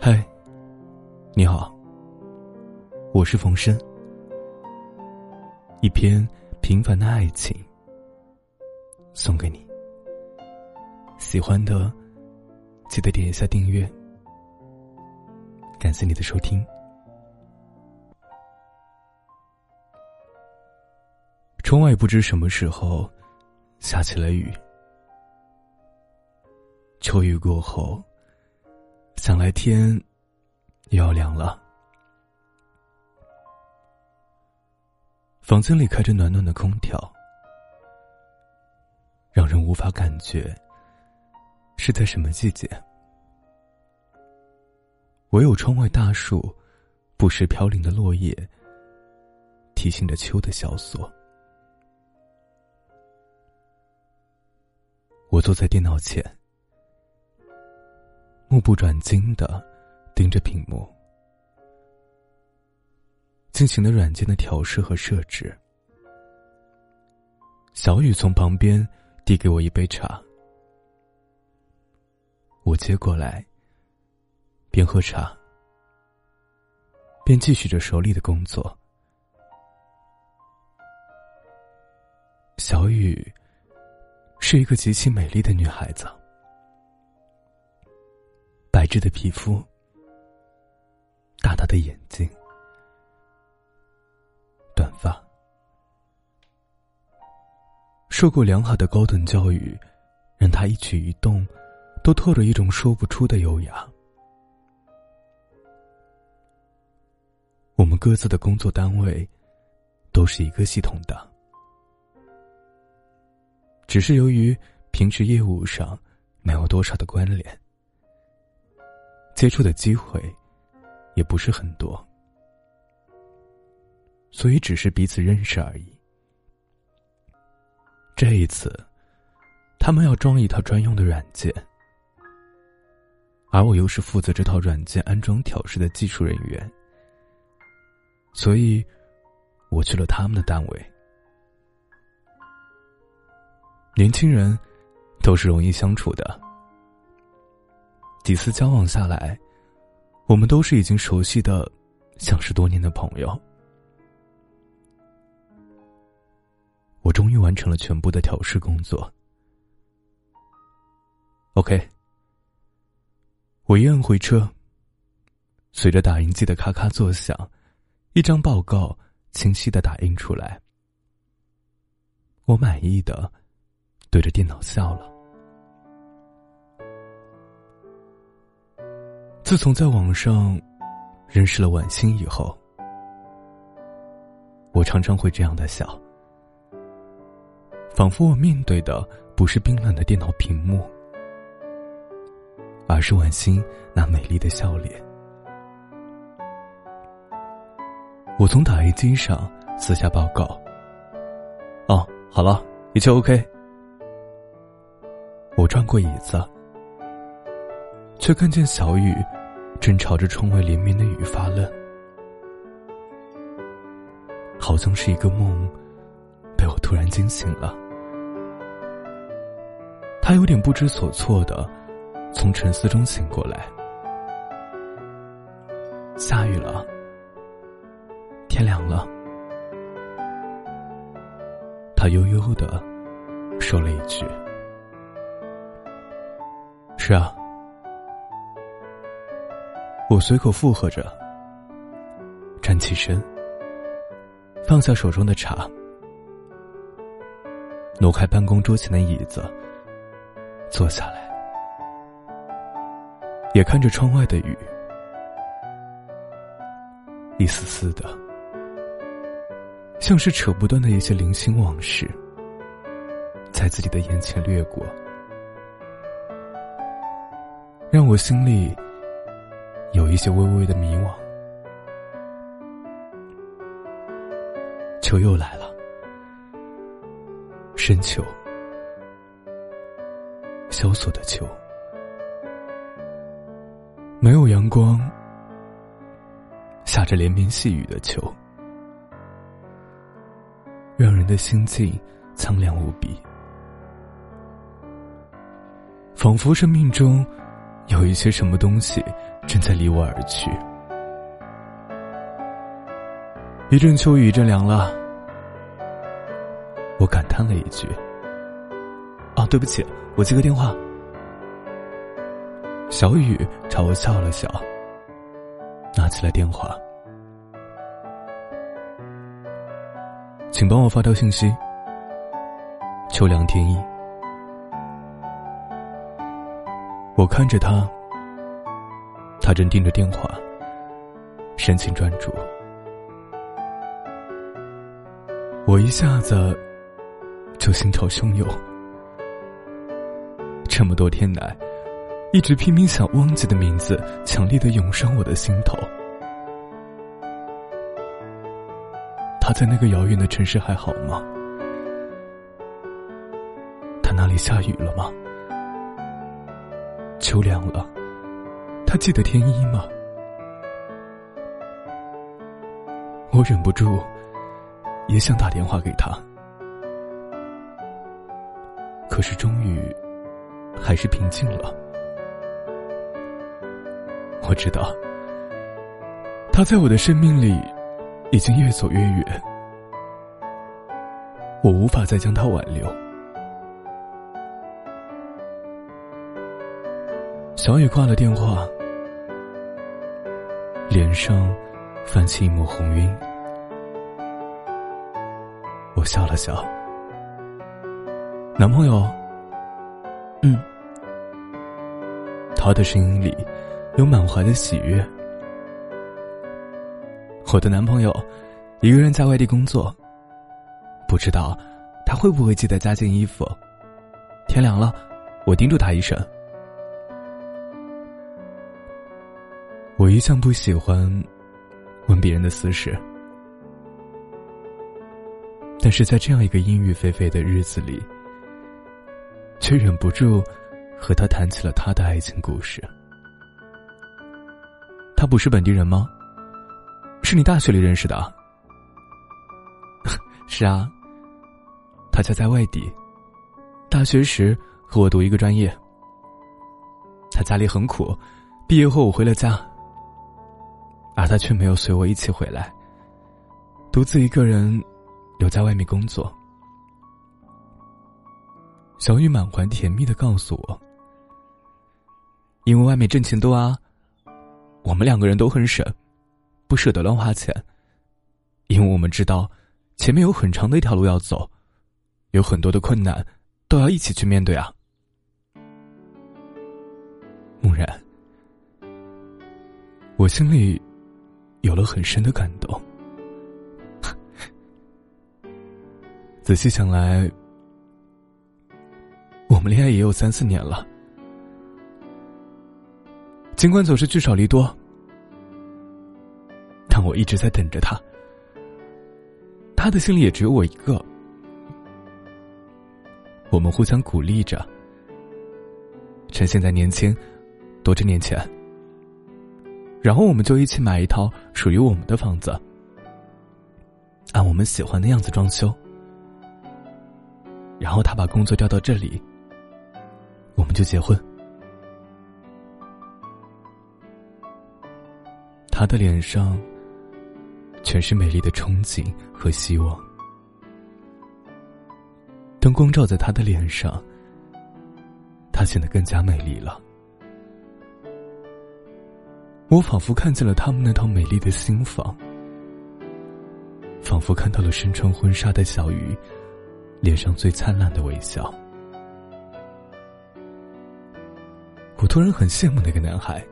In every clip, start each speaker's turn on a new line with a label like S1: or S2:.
S1: 嗨，你好，我是冯生。一篇平凡的爱情送给你，喜欢的记得点一下订阅，感谢你的收听。窗外不知什么时候下起了雨，秋雨过后，想来天又要凉了。房间里开着暖暖的空调，让人无法感觉是在什么季节。唯有窗外大树不时飘零的落叶提醒着秋的萧索。我坐在电脑前，目不转睛地盯着屏幕，进行了软件的调试和设置。小雨从旁边递给我一杯茶，我接过来，边喝茶边继续着手里的工作。小雨是一个极其美丽的女孩子，白皙的皮肤，大大的眼睛，短发，受过良好的高等教育，让她一举一动都透着一种说不出的优雅。我们各自的工作单位都是一个系统的，只是由于平时业务上没有多少的关联，接触的机会也不是很多，所以只是彼此认识而已。这一次，他们要装一套专用的软件，而我又是负责这套软件安装调试的技术人员，所以我去了他们的单位。年轻人都是容易相处的，几次交往下来，我们都是已经熟悉的像是多年的朋友。我终于完成了全部的调试工作。OK， 我一按回车，随着打印机的咔咔作响，一张报告清晰地打印出来。我满意的对着电脑笑了。自从在网上认识了婉欣以后，我常常会这样的笑，仿佛我面对的不是冰冷的电脑屏幕，而是婉欣那美丽的笑脸。我从打印机上撕下报告，哦，好了，一切 OK。我转过椅子，却看见小雨正朝着窗外连绵的雨发愣，好像是一个梦被我突然惊醒了。他有点不知所措的从沉思中醒过来。下雨了，天凉了，他悠悠的说了一句。是啊，我随口附和着，站起身，放下手中的茶，挪开办公桌前的椅子，坐下来，也看着窗外的雨，一丝丝的，像是扯不断的一些零星往事，在自己的眼前掠过，让我心里有一些微微的迷惘。秋又来了，深秋，萧索的秋，没有阳光，下着连绵细雨的秋，让人的心境苍凉无比。仿佛生命中有一些什么东西正在离我而去。一阵秋雨一阵凉了，我感叹了一句：啊，对不起，我接个电话。小雨朝我笑了笑，拿起了电话。请帮我发条信息，秋凉天意。我看着他，他正盯着电话，神情专注。我一下子就心潮汹涌，这么多天来一直拼命想忘记的名字强烈地涌上我的心头。他在那个遥远的城市还好吗？他那里下雨了吗？秋凉了，他记得天意吗？我忍不住也想打电话给他，可是终于还是平静了。我知道他在我的生命里已经越走越远，我无法再将他挽留。小雨挂了电话，脸上泛起一抹红晕。我笑了笑。男朋友？他的声音里有满怀的喜悦。我的男朋友一个人在外地工作，不知道他会不会记得加件衣服。天凉了，我叮嘱他一声。我一向不喜欢问别人的私事，但是在这样一个阴雨霏霏的日子里，却忍不住和他谈起了他的爱情故事。他不是本地人吗？是你大学里认识的？是啊，他家在外地，大学时和我读一个专业。他家里很苦，毕业后我回了家，而他却没有随我一起回来，独自一个人留在外面工作。小雨满怀甜蜜地告诉我，因为外面挣钱多啊，我们两个人都很省，不舍得乱花钱，因为我们知道前面有很长的一条路要走，有很多的困难都要一起去面对啊。木然，我心里有了很深的感动。仔细想来，我们恋爱也有3-4年了，尽管总是聚少离多，但我一直在等着他。他的心里也只有我一个。我们互相鼓励着，趁现在年轻，多挣点钱，然后我们就一起买一套属于我们的房子，按我们喜欢的样子装修。然后他把工作调到这里，我们就结婚。他的脸上全是美丽的憧憬和希望，灯光照在他的脸上，他显得更加美丽了。我仿佛看见了他们那套美丽的新房，仿佛看到了身穿婚纱的小雨脸上最灿烂的微笑。我突然很羡慕那个男孩，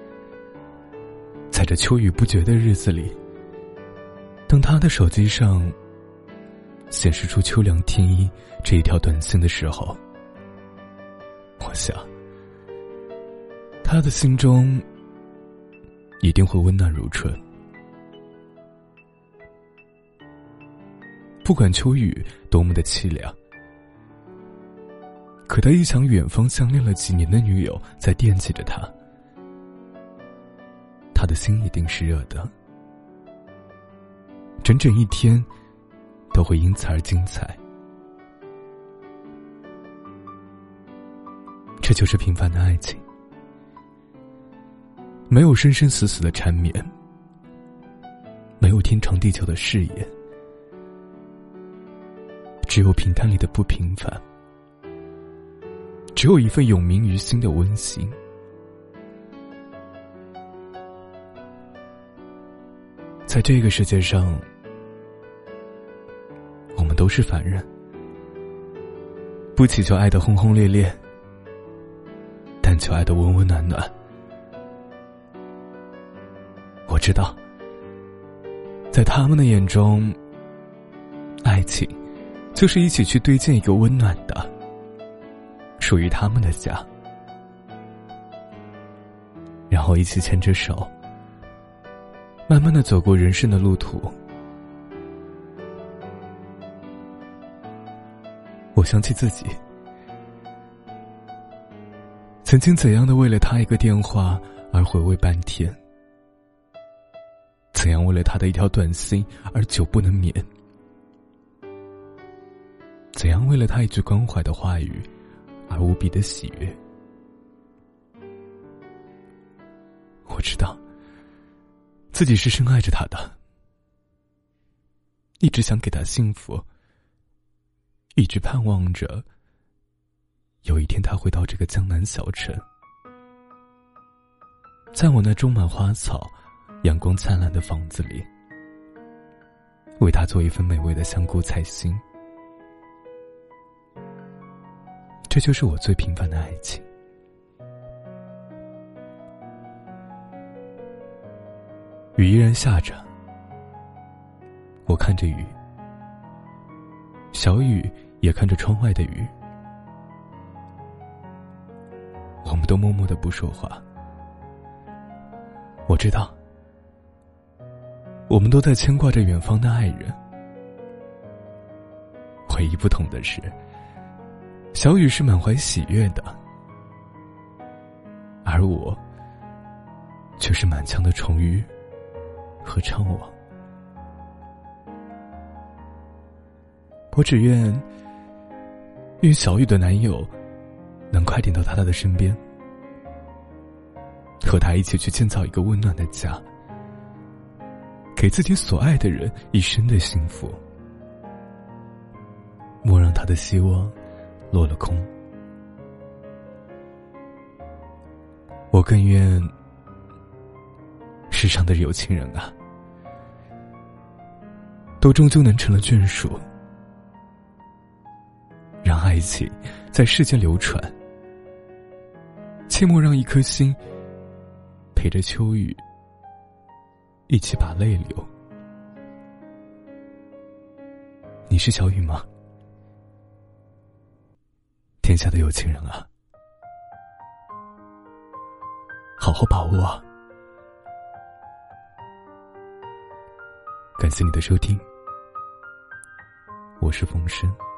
S1: 在这秋雨不绝的日子里，当他的手机上显示出秋凉天意这一条短信的时候，我想他的心中一定会温暖如春。不管秋雨多么的凄凉，可他一想远方相恋了几年的女友在惦记着他，他的心一定是热的，整整一天都会因此而精彩。这就是平凡的爱情。 没有生生死死的缠绵，没有天长地久的誓言，只有平淡里的不平凡，只有一份永铭于心的温馨。在这个世界上，我们都是凡人，不祈求爱的轰轰烈烈，但求爱的温温暖暖。我知道，在他们的眼中，爱情就是一起去堆建一个温暖的属于他们的家，然后一起牵着手，慢慢地走过人生的路途。我想起自己曾经怎样的为了他一个电话而回味半天，怎样为了他的一条短信而久不能眠，怎样为了他一句关怀的话语而无比的喜悦。我知道自己是深爱着他的，一直想给他幸福，一直盼望着有一天他会到这个江南小城，在我那种满花草阳光灿烂的房子里，为他做一份美味的香菇菜心。这就是我最平凡的爱情。雨依然下着，我看着雨，小雨也看着窗外的雨，我们都默默地不说话。我知道，我们都在牵挂着远方的爱人。唯一不同的是，小雨是满怀喜悦的，而我却是满腔的愁郁和怅惘。我只愿小雨的男友能快点到她的身边，和她一起去建造一个温暖的家，给自己所爱的人一生的幸福。莫让他的希望落了空。我更愿世上的有情人啊，都终究能成了眷属，让爱情在世间流传，切莫让一颗心陪着秋雨一起把泪流。你是小雨吗？天下的有情人啊，好好把握啊。感谢你的收听，我是冯生。